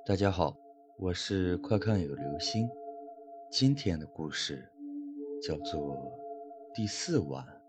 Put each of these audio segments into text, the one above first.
大家好，我是快看有流星。今天的故事叫做第四晚。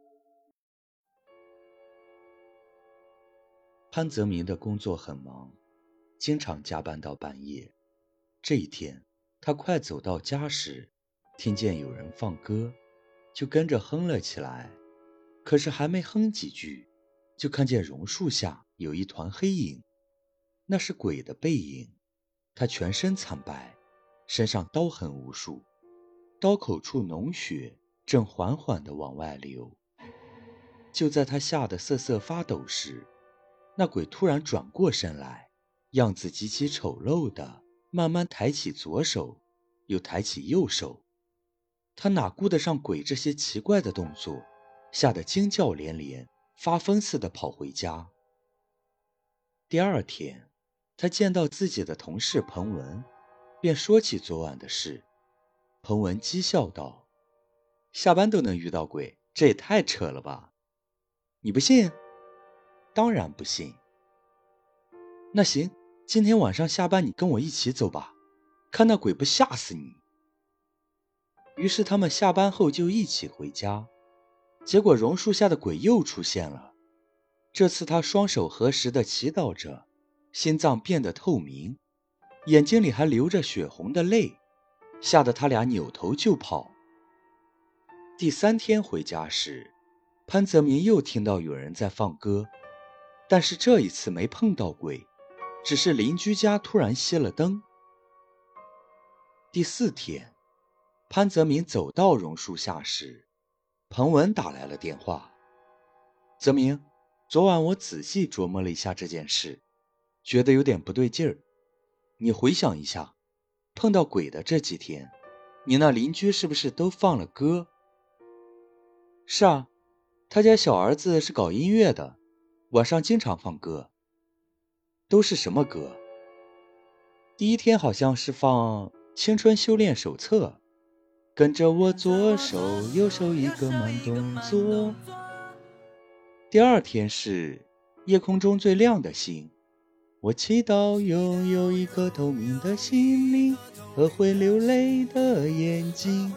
潘泽民的工作很忙，经常加班到半夜。这一天，他快走到家时，听见有人放歌，就跟着哼了起来。可是还没哼几句，就看见榕树下有一团黑影，那是鬼的背影。他全身惨白，身上刀痕无数，刀口处脓血正缓缓地往外流。就在他吓得瑟瑟发抖时，那鬼突然转过身来，样子极其丑陋的慢慢抬起左手，又抬起右手。他哪顾得上鬼这些奇怪的动作，吓得惊叫连连，发疯似的跑回家。第二天，他见到自己的同事彭文，便说起昨晚的事。彭文讥笑道：下班都能遇到鬼，这也太扯了吧？你不信？当然不信。那行，今天晚上下班你跟我一起走吧，看那鬼不吓死你。于是他们下班后就一起回家，结果榕树下的鬼又出现了。这次他双手合十地祈祷着，心脏变得透明，眼睛里还流着血红的泪，吓得他俩扭头就跑。第三天回家时，潘泽民又听到有人在放歌，但是这一次没碰到鬼，只是邻居家突然熄了灯。第四天，潘泽民走到榕树下时，彭文打来了电话。泽民，昨晚我仔细琢磨了一下这件事，觉得有点不对劲儿。你回想一下，碰到鬼的这几天，你那邻居是不是都放了歌？是啊，他家小儿子是搞音乐的，晚上经常放歌。都是什么歌？第一天好像是放《青春修炼手册》，跟着我左手右手一个慢动作。第二天是夜空中最亮的星，我祈祷拥有一颗透明的心灵和会流泪的眼睛。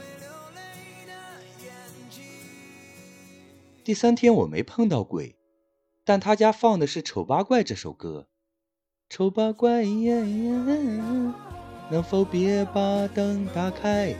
第三天我没碰到鬼，但他家放的是《丑八怪》这首歌。丑八怪呀呀，能否别把灯打开？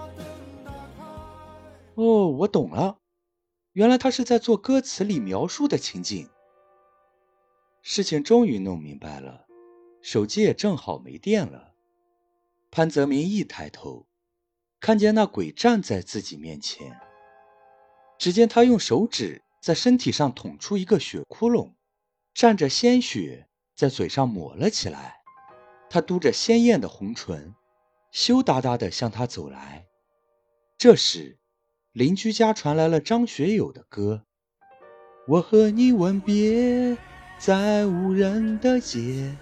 哦，我懂了，原来他是在做歌词里描述的情景。事情终于弄明白了，手机也正好没电了。潘泽民一抬头，看见那鬼站在自己面前。只见他用手指在身体上捅出一个血窟窿，蘸着鲜血在嘴上抹了起来。他嘟着鲜艳的红唇，羞答答地向他走来。这时，邻居家传来了张学友的歌：我和你吻别在无人的街。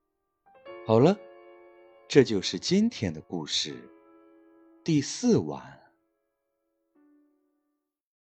好了，这就是今天的故事，第四晚。